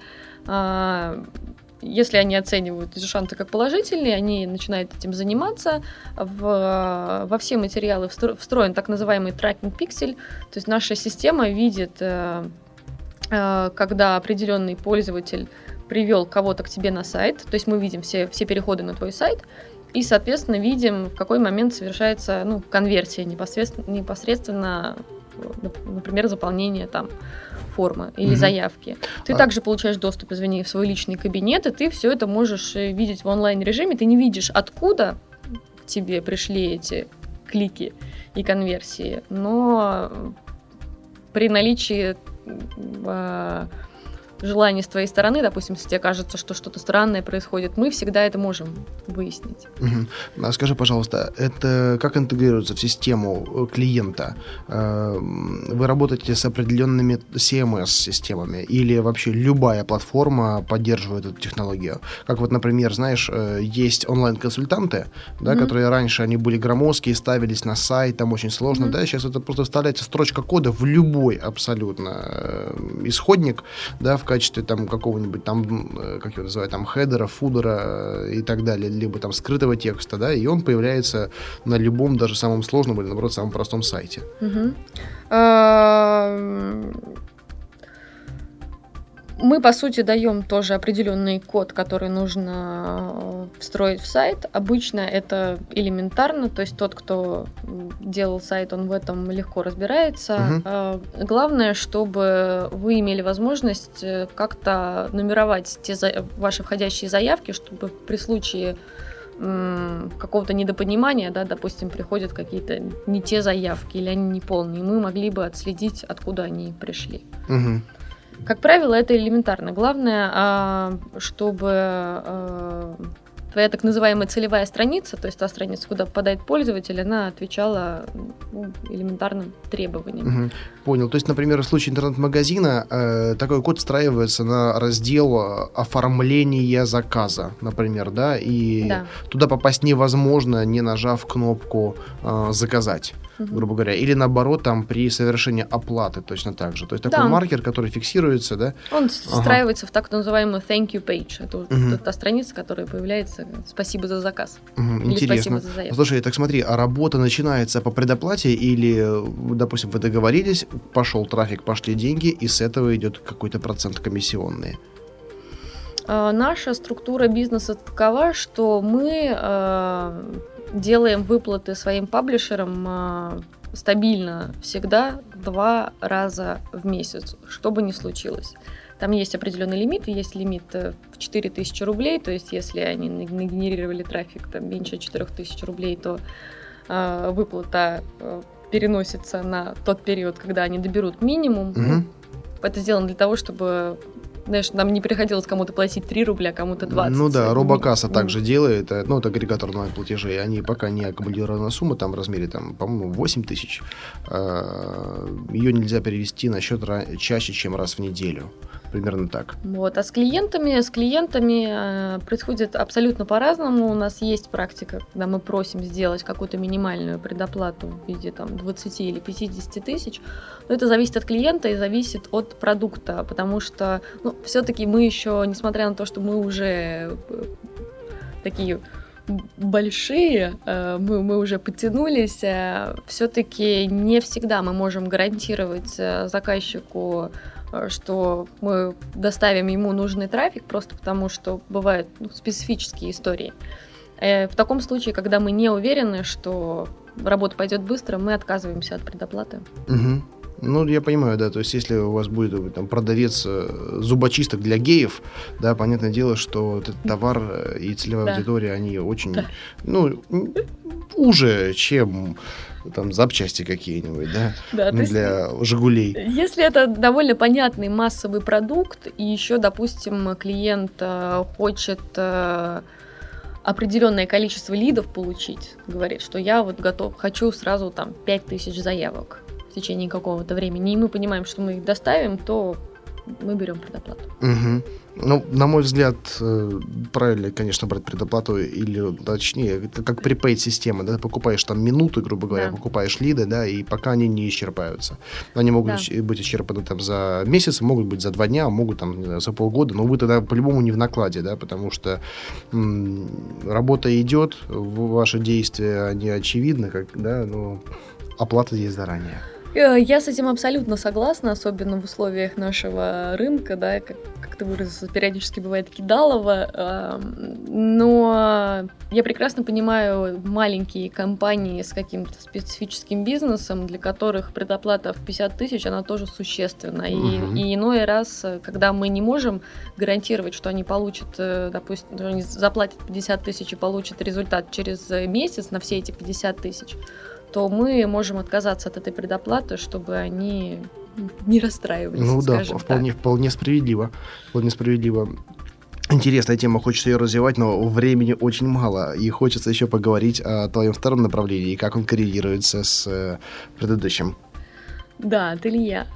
Если они оценивают эти шансы как положительные, они начинают этим заниматься. Во все материалы встроен так называемый трекинг-пиксель, то есть наша система видит, когда определенный пользователь привел кого-то к тебе на сайт, то есть мы видим все переходы на твой сайт, и, соответственно, видим, в какой момент совершается конверсия непосредственно например, заполнение там формы или заявки. Ты также получаешь доступ, в свой личный кабинет, и ты все это можешь видеть в онлайн-режиме. Ты не видишь, откуда к тебе пришли эти клики и конверсии, но при наличии желание с твоей стороны, допустим, если тебе кажется, что что-то странное происходит, мы всегда это можем выяснить. А скажи, пожалуйста, это как интегрируется в систему клиента? Вы работаете с определенными CMS-системами или вообще любая платформа поддерживает эту технологию? Как вот, например, знаешь, есть онлайн-консультанты, да, которые раньше они были громоздкие, ставились на сайт, там очень сложно, да, сейчас это просто вставляется строчка кода в любой абсолютно исходник, да, в качестве там какого-нибудь там, как его называют, там хедера, фудера и так далее, либо там скрытого текста, да, и он появляется на любом, даже самом сложном или, наоборот, самом простом сайте. Мы, по сути, даем тоже определенный код, который нужно встроить в сайт. Обычно это элементарно, то есть тот, кто делал сайт, он в этом легко разбирается. Главное, чтобы вы имели возможность как-то нумеровать ваши входящие заявки, чтобы при случае какого-то недопонимания, да, допустим, приходят какие-то не те заявки или они неполные, мы могли бы отследить, откуда они пришли. Как правило, это элементарно. Главное, чтобы твоя так называемая целевая страница, то есть та страница, куда попадает пользователь, она отвечала элементарным требованиям. Понял. То есть, например, в случае интернет-магазина такой код встраивается на раздел оформления заказа, например, да, и туда попасть невозможно, не нажав кнопку «Заказать», грубо говоря, или наоборот, там при совершении оплаты точно так же. То есть такой маркер, который фиксируется, да? Он встраивается в так называемую thank you page. Это та страница, которая появляется «Спасибо за заказ». Интересно. Или «Спасибо за заявку». Слушай, так смотри, а работа начинается по предоплате или, допустим, вы договорились, пошел трафик, пошли деньги, и с этого идет какой-то процент комиссионный? Наша структура бизнеса такова, что мы делаем выплаты своим паблишерам стабильно всегда 2 раза в месяц, что бы ни случилось. Там есть определенный лимит, есть лимит в 4000 рублей, то есть если они нагенерировали трафик там, меньше 4000 рублей, то выплата переносится на тот период, когда они доберут минимум. Это сделано для того, чтобы, знаешь, нам не приходилось кому-то платить 3 рубля, кому-то 20. Ну да, Робокасса также делает, ну, это агрегатор онлайн-платежей, они пока не аккумулированная сумма, там в размере, там, по-моему, 8 тысяч, ее нельзя перевести на счет чаще, чем раз в неделю. Примерно так. Вот. А с клиентами происходит абсолютно по-разному. У нас есть практика, когда мы просим сделать какую-то минимальную предоплату в виде там, 20 или 50 тысяч. Но это зависит от клиента и зависит от продукта, потому что все-таки мы еще, несмотря на то, что мы уже такие большие, мы уже подтянулись, все-таки не всегда мы можем гарантировать заказчику, что мы доставим ему нужный трафик, просто потому что бывают специфические истории. В таком случае, когда мы не уверены, что работа пойдет быстро, мы отказываемся от предоплаты. Ну, я понимаю, да, то есть если у вас будет там продавец зубочисток для геев, да, понятное дело, что этот товар и целевая аудитория, они очень, уже, чем там запчасти какие-нибудь, да, для «Жигулей». Если это довольно понятный массовый продукт, и еще, допустим, клиент хочет определенное количество лидов получить, говорит, что я вот хочу сразу там 5000 заявок в течение какого-то времени, и мы понимаем, что мы их доставим, то мы берем предоплату. Ну, на мой взгляд, правильно, конечно, брать предоплату, или, точнее, как prepaid-система, да, покупаешь там минуты, грубо говоря, покупаешь лиды, да, и пока они не исчерпаются. Они могут быть исчерпаны там за месяц, могут быть за 2 дня, могут там, не знаю, за полгода, но вы тогда по-любому не в накладе, да, потому что работа идет, ваши действия, они очевидны, но оплата есть заранее. Я с этим абсолютно согласна, особенно в условиях нашего рынка, да, как ты выразился, периодически бывает кидалово, но я прекрасно понимаю маленькие компании с каким-то специфическим бизнесом, для которых предоплата в 50 тысяч, она тоже существенна. И иной раз, когда мы не можем гарантировать, что они получат, допустим, они заплатят 50 тысяч и получат результат через месяц на все эти 50 тысяч, то мы можем отказаться от этой предоплаты, чтобы они не расстраивались, скажем так. Вполне справедливо. Вполне справедливо. Интересная тема, хочется ее развивать, но времени очень мало. И хочется еще поговорить о твоем втором направлении и как он коррелируется с предыдущим. Да, ателье.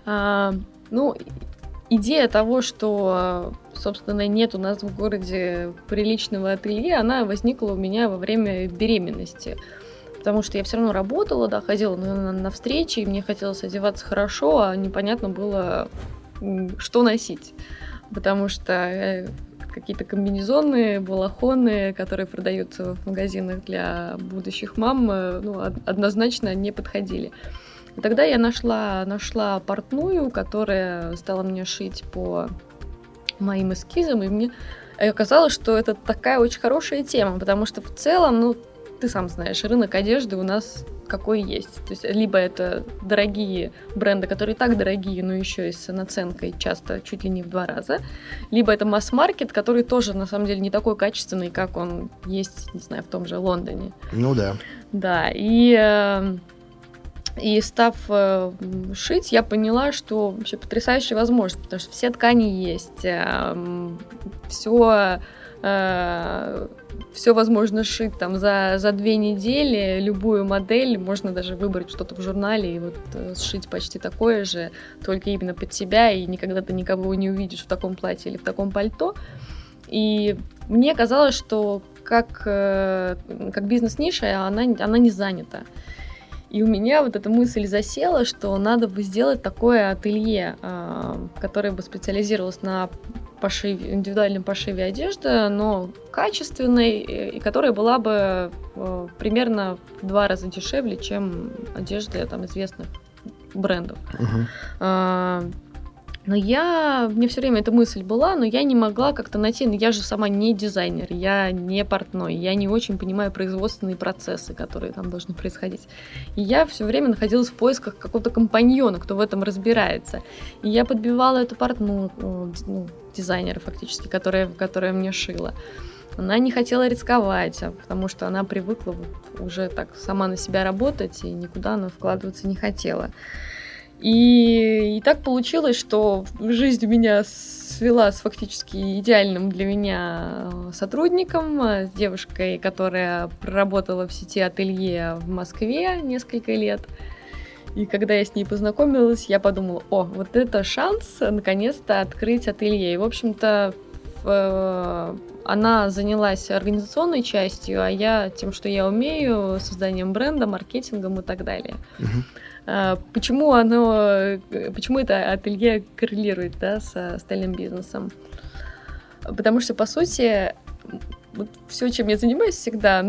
Идея того, что, собственно, нет у нас в городе приличного ателье, она возникла у меня во время беременности. Потому что я все равно работала, да, ходила на встречи, и мне хотелось одеваться хорошо, а непонятно было, что носить. Потому что какие-то комбинезоны, балахоны, которые продаются в магазинах для будущих мам, однозначно не подходили. И тогда я нашла портную, которая стала мне шить по моим эскизам, и мне оказалось, что это такая очень хорошая тема, потому что в целом, ты сам знаешь, рынок одежды у нас какой есть. То есть либо это дорогие бренды, которые и так дорогие, но еще и с наценкой часто чуть ли не в 2 раза, либо это масс-маркет, который тоже на самом деле не такой качественный, как он есть, не знаю, в том же Лондоне. Ну да. Да, и став шить, я поняла, что вообще потрясающая возможность, потому что все ткани есть, все возможно шить там за 2 недели, любую модель, можно даже выбрать что-то в журнале и вот сшить почти такое же, только именно под себя, и никогда ты никого не увидишь в таком платье или в таком пальто. И мне казалось, что как бизнес-ниша она не занята. И у меня вот эта мысль засела, что надо бы сделать такое ателье, которое бы специализировалось на индивидуальном пошиве одежды, но качественной, и которая была бы примерно в 2 раза дешевле, чем одежда там известных брендов. Но мне все время эта мысль была, но я не могла как-то найти, я же сама не дизайнер, я не портной, я не очень понимаю производственные процессы, которые там должны происходить. И я все время находилась в поисках какого-то компаньона, кто в этом разбирается. И я подбивала эту портную, дизайнера фактически, которая мне шила. Она не хотела рисковать, потому что она привыкла уже так сама на себя работать, и никуда она вкладываться не хотела. И так получилось, что жизнь меня свела с фактически идеальным для меня сотрудником, с девушкой, которая проработала в сети ателье в Москве несколько лет. И когда я с ней познакомилась, я подумала, вот это шанс наконец-то открыть ателье. И, в общем-то, она занялась организационной частью, а я тем, что я умею, созданием бренда, маркетингом и так далее. Почему это ателье коррелирует, да, с остальным бизнесом? Потому что, по сути, все, чем я занимаюсь всегда,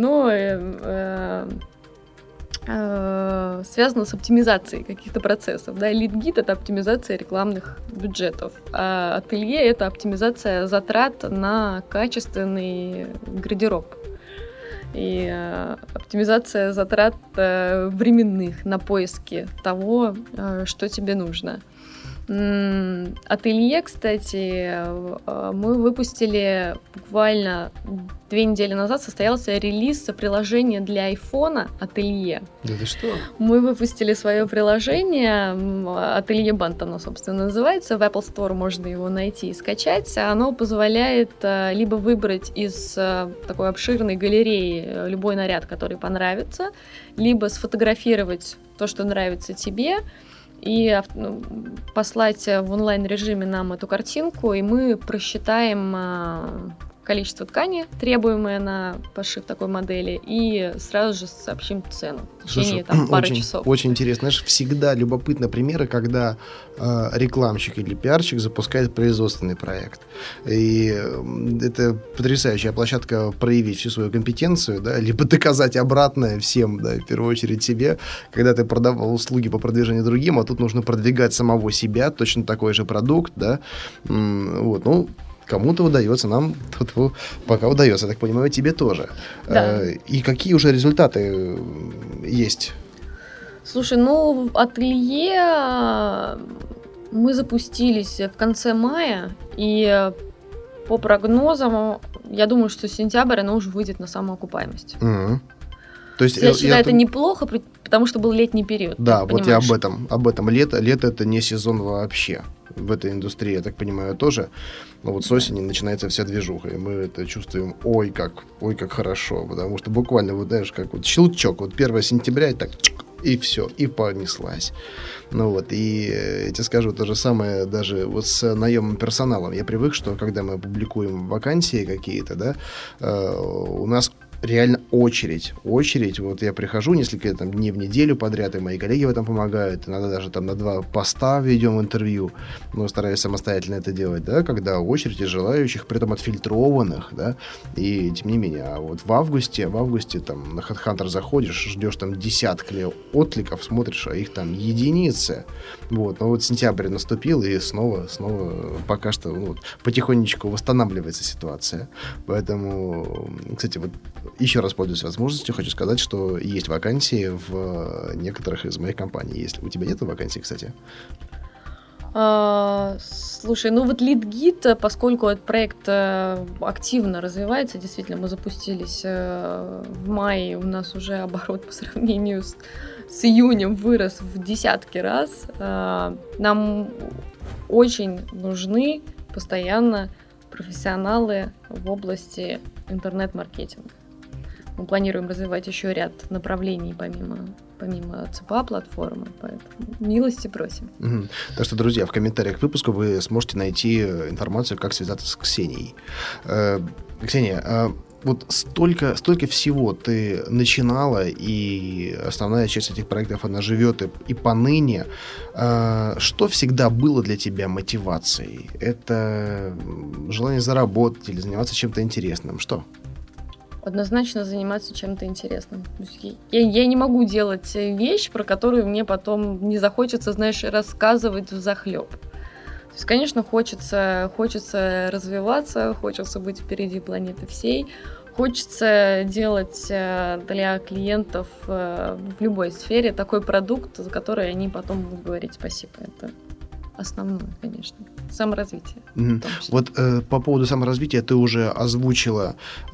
связано с оптимизацией каких-то процессов. Да? Лид-гид — это оптимизация рекламных бюджетов, а ателье — это оптимизация затрат на качественный гардероб. И оптимизация затрат временных на поиски того, что тебе нужно. Ателье, кстати, мы выпустили буквально 2 недели назад, состоялся релиз приложения для айфона Ателье. Да ты что? Мы выпустили свое приложение, Ателье Бант оно, собственно, называется, в Apple Store можно его найти и скачать. Оно позволяет либо выбрать из такой обширной галереи любой наряд, который понравится, либо сфотографировать то, что нравится тебе, и послать в онлайн-режиме нам эту картинку, и мы просчитаем количество ткани, требуемое на пошив такой модели, и сразу же сообщим цену в течение пары часов. Очень интересно. Знаешь, всегда любопытны примеры, когда рекламщик или пиарщик запускает производственный проект. И это потрясающая площадка проявить всю свою компетенцию, да, либо доказать обратное всем, да, в первую очередь себе, когда ты продавал услуги по продвижению другим, а тут нужно продвигать самого себя, точно такой же продукт, да. Вот, ну, кому-то удается, нам пока удается, я так понимаю, тебе тоже. Да. И какие уже результаты есть? Слушай, ну, ателье мы запустились в конце мая, и по прогнозам, я думаю, что сентябрь оно уже выйдет на самоокупаемость. Угу. То есть, я считаю, это неплохо, потому что был летний период. Да, вот я об этом. Лето это не сезон вообще. В этой индустрии, я так понимаю, тоже. Но вот с осени начинается вся движуха, и мы это чувствуем, ой, как хорошо, потому что буквально, вот знаешь, как вот щелчок, вот 1 сентября, и так, и все, и понеслась. Ну вот, и я тебе скажу, то же самое даже вот с наемным персоналом. Я привык, что когда мы публикуем вакансии какие-то, да, у нас реально очередь. Вот я прихожу несколько дней в неделю подряд, и мои коллеги в этом помогают. Иногда даже на 2 поста ведем интервью, но стараюсь самостоятельно это делать, да, когда очередь из желающих, при этом отфильтрованных, да, и тем не менее. А вот в августе там на HeadHunter заходишь, ждешь там десятки откликов, смотришь, а их там единицы. Вот, но вот сентябрь наступил, и снова пока что потихонечку восстанавливается ситуация. Поэтому, кстати, вот еще раз пользуясь возможностью, хочу сказать, что есть вакансии в некоторых из моих компаний. Если у тебя нет вакансий, кстати? Слушай, ну вот LeadGit, поскольку этот проект активно развивается, действительно, мы запустились в мае, у нас уже оборот по сравнению с июнем вырос в десятки раз. Нам очень нужны постоянно профессионалы в области интернет-маркетинга. Мы планируем развивать еще ряд направлений помимо ЦПА-платформы, поэтому милости просим. Угу. Так что, друзья, в комментариях к выпуску вы сможете найти информацию, как связаться с Ксенией. Ксения, вот столько всего ты начинала, и основная часть этих проектов, она живет и поныне. Что всегда было для тебя мотивацией? Это желание заработать или заниматься чем-то интересным? Что? Однозначно заниматься чем-то интересным. Я не могу делать вещь, про которую мне потом не захочется, знаешь, рассказывать взахлеб. То есть, конечно, хочется развиваться, хочется быть впереди планеты всей, хочется делать для клиентов в любой сфере такой продукт, за который они потом будут говорить спасибо. Это основное, конечно. Саморазвитие. Mm-hmm. Вот по поводу саморазвития ты уже озвучила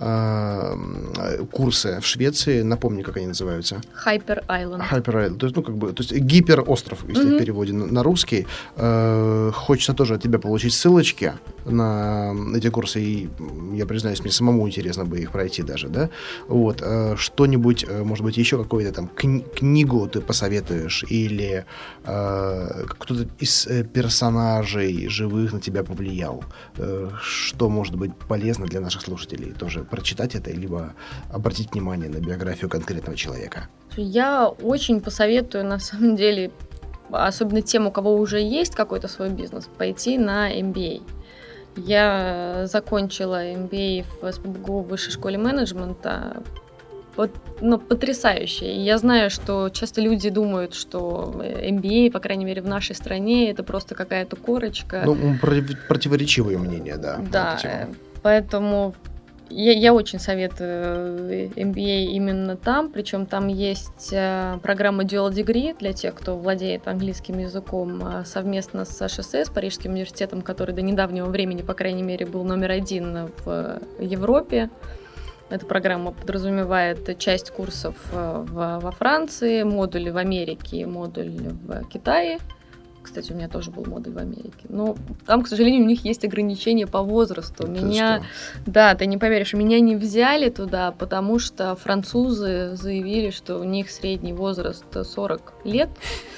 курсы в Швеции. Напомни, как они называются. Hyper Island. Hyper Island. То есть гиперостров, если в переводе на русский. Хочется тоже от тебя получить ссылочки на эти курсы. И я признаюсь, мне самому интересно бы их пройти даже, да? Вот. Что-нибудь, может быть, еще какую-то там книгу ты посоветуешь? Или кто-то из персонажей живых на тебя повлиял? Что может быть полезно для наших слушателей? Тоже прочитать это, либо обратить внимание на биографию конкретного человека? Я очень посоветую, на самом деле, особенно тем, у кого уже есть какой-то свой бизнес, пойти на MBA. Я закончила MBA в СПбГУ в Высшей школе менеджмента. Потрясающе. И я знаю, что часто люди думают, что MBA, по крайней мере, в нашей стране, это просто какая-то корочка. Противоречивые мнения, да. Да, поэтому я очень советую MBA именно там, причем там есть программа Dual Degree для тех, кто владеет английским языком, совместно с HSS, Парижским университетом, который до недавнего времени, по крайней мере, был номер 1 в Европе. Эта программа подразумевает часть курсов во Франции, модуль в Америке, модуль в Китае. Кстати, у меня тоже был модуль в Америке. Но там, к сожалению, у них есть ограничения по возрасту. Да, ты не поверишь, меня не взяли туда, потому что французы заявили, что у них средний возраст 40 лет.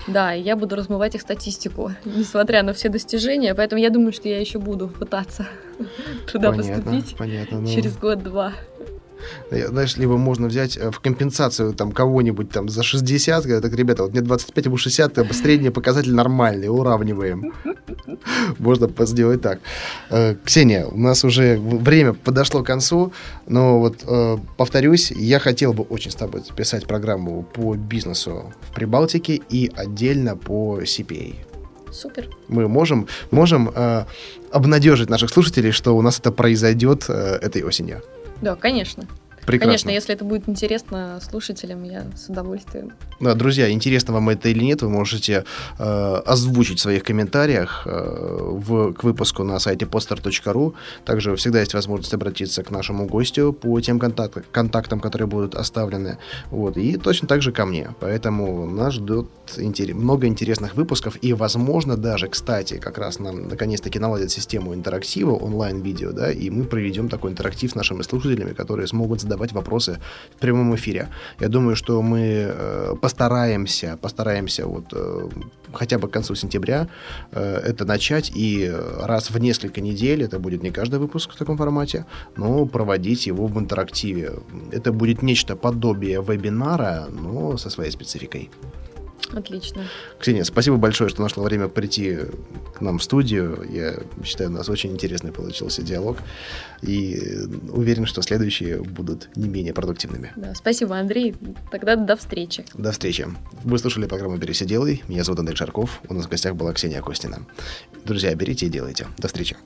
Да, и я буду размывать их статистику, несмотря на все достижения. Поэтому я думаю, что я еще буду пытаться туда поступить через год-два. Знаешь, либо можно взять в компенсацию там кого-нибудь там за 60, говорят, так, ребята, вот мне 25, ему 60, средний показатель нормальный, уравниваем. Можно сделать так. Ксения, у нас уже время подошло к концу, но вот повторюсь, я хотел бы очень с тобой записать программу по бизнесу в Прибалтике и отдельно по CPA. Супер. Мы можем обнадежить наших слушателей, что у нас это произойдет этой осенью. Да, конечно. Прекрасно. Конечно, если это будет интересно слушателям, я с удовольствием. Да, друзья, интересно вам это или нет, вы можете озвучить в своих комментариях к выпуску на сайте podster.ru. Также всегда есть возможность обратиться к нашему гостю по тем контактам, которые будут оставлены. Вот, и точно так же ко мне. Поэтому нас ждет много интересных выпусков. И, возможно, даже, кстати, как раз нам наконец-таки наладят систему интерактива, онлайн-видео, да, и мы проведем такой интерактив с нашими слушателями, которые смогут задавать вопросы в прямом эфире. Я думаю, что мы постараемся вот хотя бы к концу сентября это начать, и раз в несколько недель, это будет не каждый выпуск в таком формате, но проводить его в интерактиве. Это будет нечто подобие вебинара, но со своей спецификой. Отлично. Ксения, спасибо большое, что нашла время прийти к нам в студию. Я считаю, у нас очень интересный получился диалог. И уверен, что следующие будут не менее продуктивными. Да, спасибо, Андрей. Тогда до встречи. До встречи. Вы слушали программу «Берись и делай». Меня зовут Андрей Шарков. У нас в гостях была Ксения Костина. Друзья, берите и делайте. До встречи.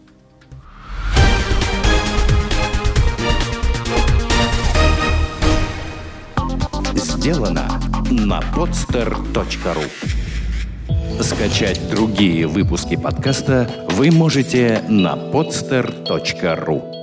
Сделано на podster.ru. Скачать другие выпуски подкаста вы можете на podster.ru.